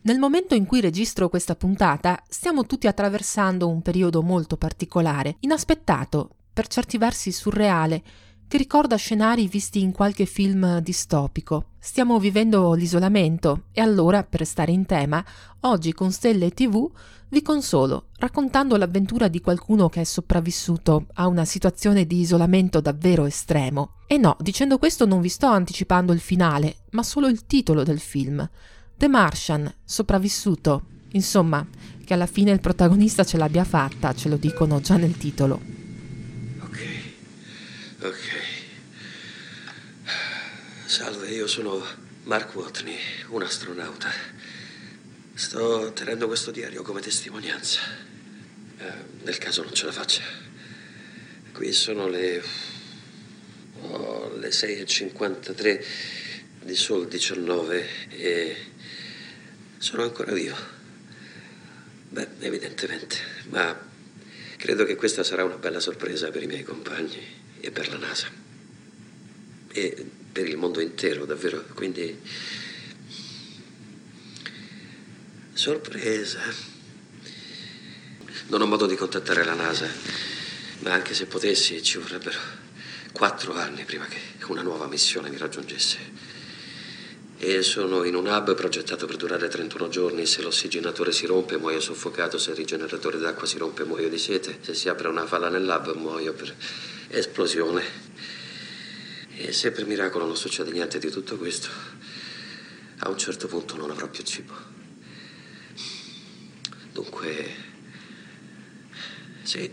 Nel momento in cui registro questa puntata, stiamo tutti attraversando un periodo molto particolare, inaspettato, per certi versi surreale, che ricorda scenari visti in qualche film distopico. Stiamo vivendo l'isolamento e allora, per stare in tema, oggi con Stelle TV vi consolo raccontando l'avventura di qualcuno che è sopravvissuto a una situazione di isolamento davvero estremo. E no, dicendo questo non vi sto anticipando il finale, ma solo il titolo del film. The Martian, sopravvissuto. Insomma, che alla fine il protagonista ce l'abbia fatta, ce lo dicono già nel titolo. Ok. Salve, io sono Mark Watney, un astronauta. Sto tenendo questo diario come testimonianza. Nel caso non ce la faccia. Qui sono le 6:53 di Sol 19 e sono ancora vivo. Beh, evidentemente, ma credo che questa sarà una bella sorpresa per i miei compagni e per la NASA. E per il mondo intero, davvero. Quindi, sorpresa. Non ho modo di contattare la NASA, ma anche se potessi ci vorrebbero 4 anni prima che una nuova missione mi raggiungesse. E sono in un hub progettato per durare 31 giorni. Se l'ossigenatore si rompe muoio soffocato, se il rigeneratore d'acqua si rompe muoio di sete, se si apre una falla nell'hub muoio per esplosione. E se per miracolo non succede niente di tutto questo, a un certo punto non avrò più cibo. Dunque, sì.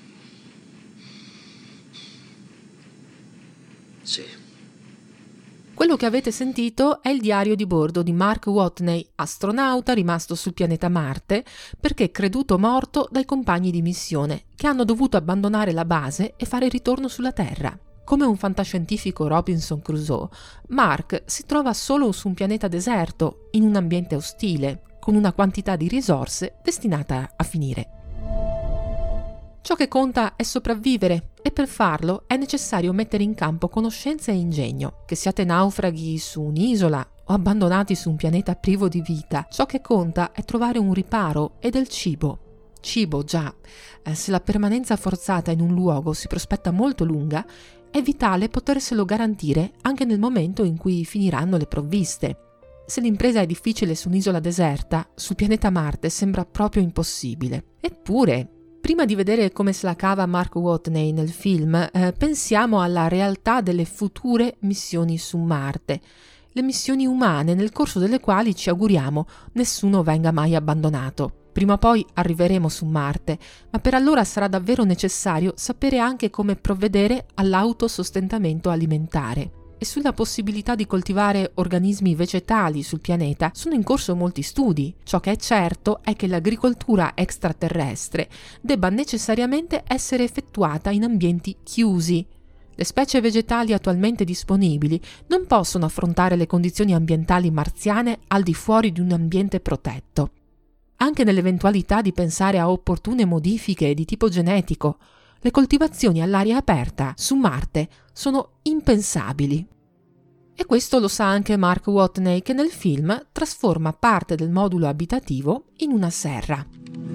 Quello che avete sentito è il diario di bordo di Mark Watney, astronauta rimasto sul pianeta Marte perché creduto morto dai compagni di missione, che hanno dovuto abbandonare la base e fare ritorno sulla Terra. Come un fantascientifico Robinson Crusoe, Mark si trova solo su un pianeta deserto, in un ambiente ostile, con una quantità di risorse destinata a finire. Ciò che conta è sopravvivere e per farlo è necessario mettere in campo conoscenza e ingegno. Che siate naufraghi su un'isola o abbandonati su un pianeta privo di vita, ciò che conta è trovare un riparo e del cibo. Cibo, già. Se la permanenza forzata in un luogo si prospetta molto lunga, è vitale poterselo garantire anche nel momento in cui finiranno le provviste. Se l'impresa è difficile su un'isola deserta, sul pianeta Marte sembra proprio impossibile. Eppure, prima di vedere come se la cava Mark Watney nel film, pensiamo alla realtà delle future missioni su Marte, le missioni umane nel corso delle quali ci auguriamo nessuno venga mai abbandonato. Prima o poi arriveremo su Marte, ma per allora sarà davvero necessario sapere anche come provvedere all'autosostentamento alimentare. E sulla possibilità di coltivare organismi vegetali sul pianeta sono in corso molti studi. Ciò che è certo è che l'agricoltura extraterrestre debba necessariamente essere effettuata in ambienti chiusi. Le specie vegetali attualmente disponibili non possono affrontare le condizioni ambientali marziane al di fuori di un ambiente protetto. Anche nell'eventualità di pensare a opportune modifiche di tipo genetico, le coltivazioni all'aria aperta su Marte sono impensabili. E questo lo sa anche Mark Watney, che nel film trasforma parte del modulo abitativo in una serra.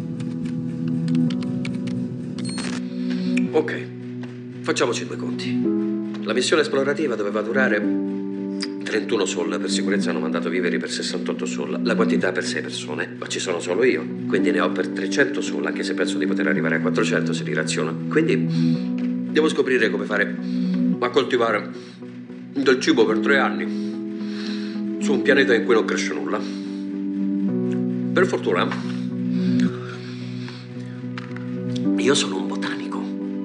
Ok, facciamoci 2 conti. La missione esplorativa doveva durare 31 sol, per sicurezza hanno mandato viveri per 68 sol, la quantità per 6 persone, ma ci sono solo io, quindi ne ho per 300 sol, anche se penso di poter arrivare a 400 se li raziono. Quindi devo scoprire come fare a coltivare del cibo per 3 anni su un pianeta in cui non cresce nulla. Per fortuna io sono un botanico.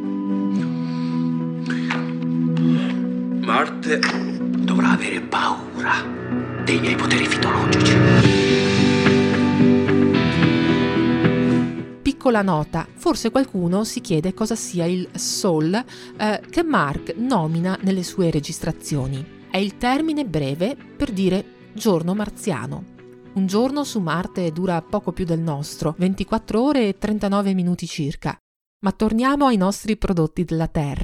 Marte dovrà avere paura dei miei poteri fitologici. Piccola nota, forse qualcuno si chiede cosa sia il Sol che Mark nomina nelle sue registrazioni. È il termine breve per dire giorno marziano. Un giorno su Marte dura poco più del nostro, 24 ore e 39 minuti circa. Ma torniamo ai nostri prodotti della Terra.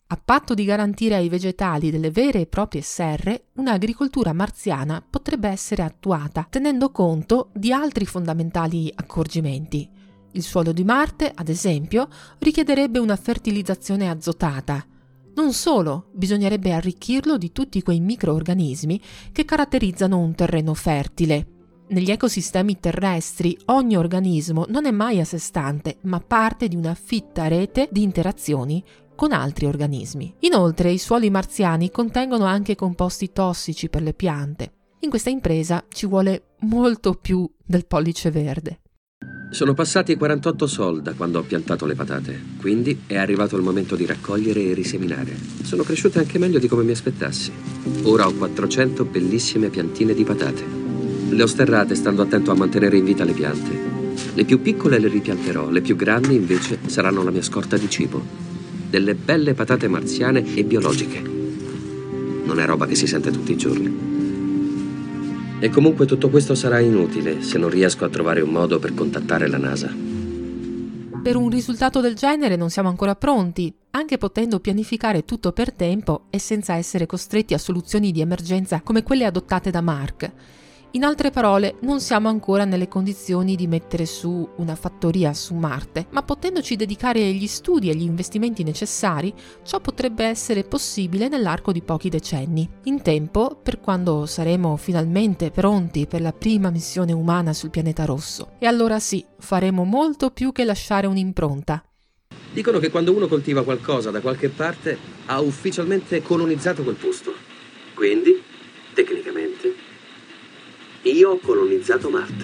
A patto di garantire ai vegetali delle vere e proprie serre, un'agricoltura marziana potrebbe essere attuata tenendo conto di altri fondamentali accorgimenti. Il suolo di Marte, ad esempio, richiederebbe una fertilizzazione azotata. Non solo, bisognerebbe arricchirlo di tutti quei microorganismi che caratterizzano un terreno fertile. Negli ecosistemi terrestri ogni organismo non è mai a sé stante, ma parte di una fitta rete di interazioni con altri organismi. Inoltre, i suoli marziani contengono anche composti tossici per le piante. In questa impresa ci vuole molto più del pollice verde. Sono passati 48 sol da quando ho piantato le patate, quindi è arrivato il momento di raccogliere e riseminare. Sono cresciute anche meglio di come mi aspettassi. Ora ho 400 bellissime piantine di patate. Le ho sterrate stando attento a mantenere in vita le piante. Le più piccole le ripianterò, le più grandi invece saranno la mia scorta di cibo. Delle belle patate marziane e biologiche. Non è roba che si sente tutti i giorni. E comunque tutto questo sarà inutile se non riesco a trovare un modo per contattare la NASA. Per un risultato del genere non siamo ancora pronti, anche potendo pianificare tutto per tempo e senza essere costretti a soluzioni di emergenza come quelle adottate da Mark. In altre parole, non siamo ancora nelle condizioni di mettere su una fattoria su Marte, ma potendoci dedicare gli studi e gli investimenti necessari, ciò potrebbe essere possibile nell'arco di pochi decenni, in tempo per quando saremo finalmente pronti per la prima missione umana sul pianeta rosso. E allora sì, faremo molto più che lasciare un'impronta. Dicono che quando uno coltiva qualcosa da qualche parte ha ufficialmente colonizzato quel posto. Quindi, tecnicamente, io ho colonizzato Marte.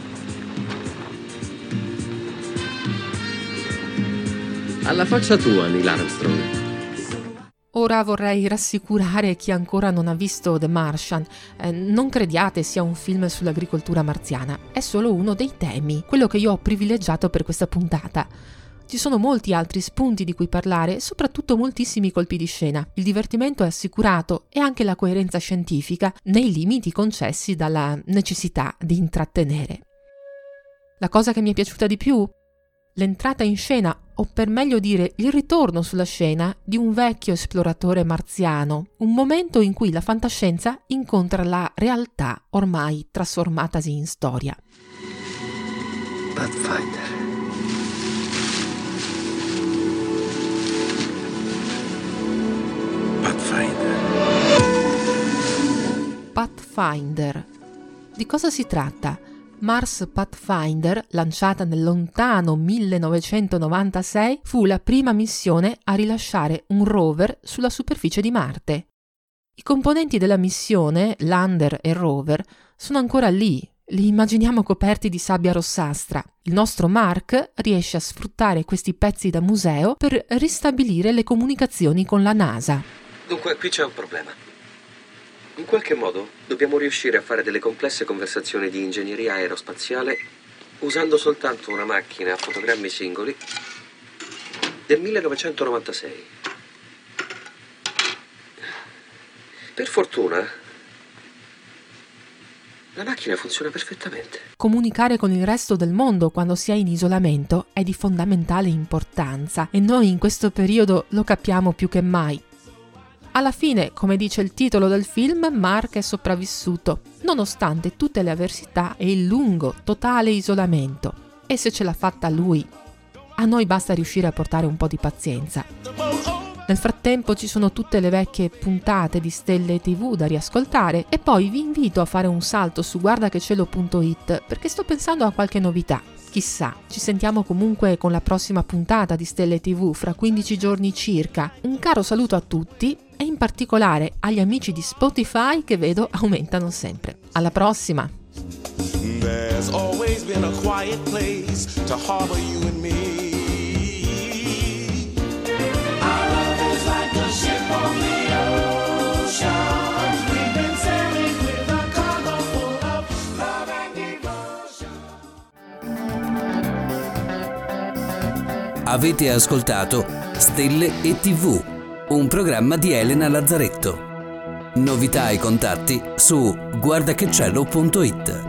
Alla faccia tua, Neil Armstrong. Ora vorrei rassicurare chi ancora non ha visto The Martian. Non crediate sia un film sull'agricoltura marziana, è solo uno dei temi, quello che io ho privilegiato per questa puntata. Ci sono molti altri spunti di cui parlare, soprattutto moltissimi colpi di scena. Il divertimento è assicurato e anche la coerenza scientifica nei limiti concessi dalla necessità di intrattenere. La cosa che mi è piaciuta di più? L'entrata in scena, o per meglio dire il ritorno sulla scena, di un vecchio esploratore marziano, un momento in cui la fantascienza incontra la realtà ormai trasformatasi in storia. Pathfinder. Pathfinder. Di cosa si tratta? Mars Pathfinder, lanciata nel lontano 1996, fu la prima missione a rilasciare un rover sulla superficie di Marte. I componenti della missione, lander e rover, sono ancora lì. Li immaginiamo coperti di sabbia rossastra. Il nostro Mark riesce a sfruttare questi pezzi da museo per ristabilire le comunicazioni con la NASA. Dunque, qui c'è un problema. In qualche modo dobbiamo riuscire a fare delle complesse conversazioni di ingegneria aerospaziale usando soltanto una macchina a fotogrammi singoli del 1996. Per fortuna, la macchina funziona perfettamente. Comunicare con il resto del mondo quando si è in isolamento è di fondamentale importanza e noi in questo periodo lo capiamo più che mai. Alla fine, come dice il titolo del film, Mark è sopravvissuto, nonostante tutte le avversità e il lungo, totale isolamento. E se ce l'ha fatta lui, a noi basta riuscire a portare un po' di pazienza. Nel frattempo ci sono tutte le vecchie puntate di Stelle TV da riascoltare e poi vi invito a fare un salto su guardachecielo.it perché sto pensando a qualche novità. Chissà, ci sentiamo comunque con la prossima puntata di Stelle TV fra 15 giorni circa. Un caro saluto a tutti e in particolare agli amici di Spotify che vedo aumentano sempre. Alla prossima! There's always been a quiet place to harbor you and me. Our love is like a ship on the ocean. We've been sailing with a cargo full of love and devotion. Avete ascoltato Stelle e TV, un programma di Elena Lazzaretto. Novità e contatti su guardachecielo.it.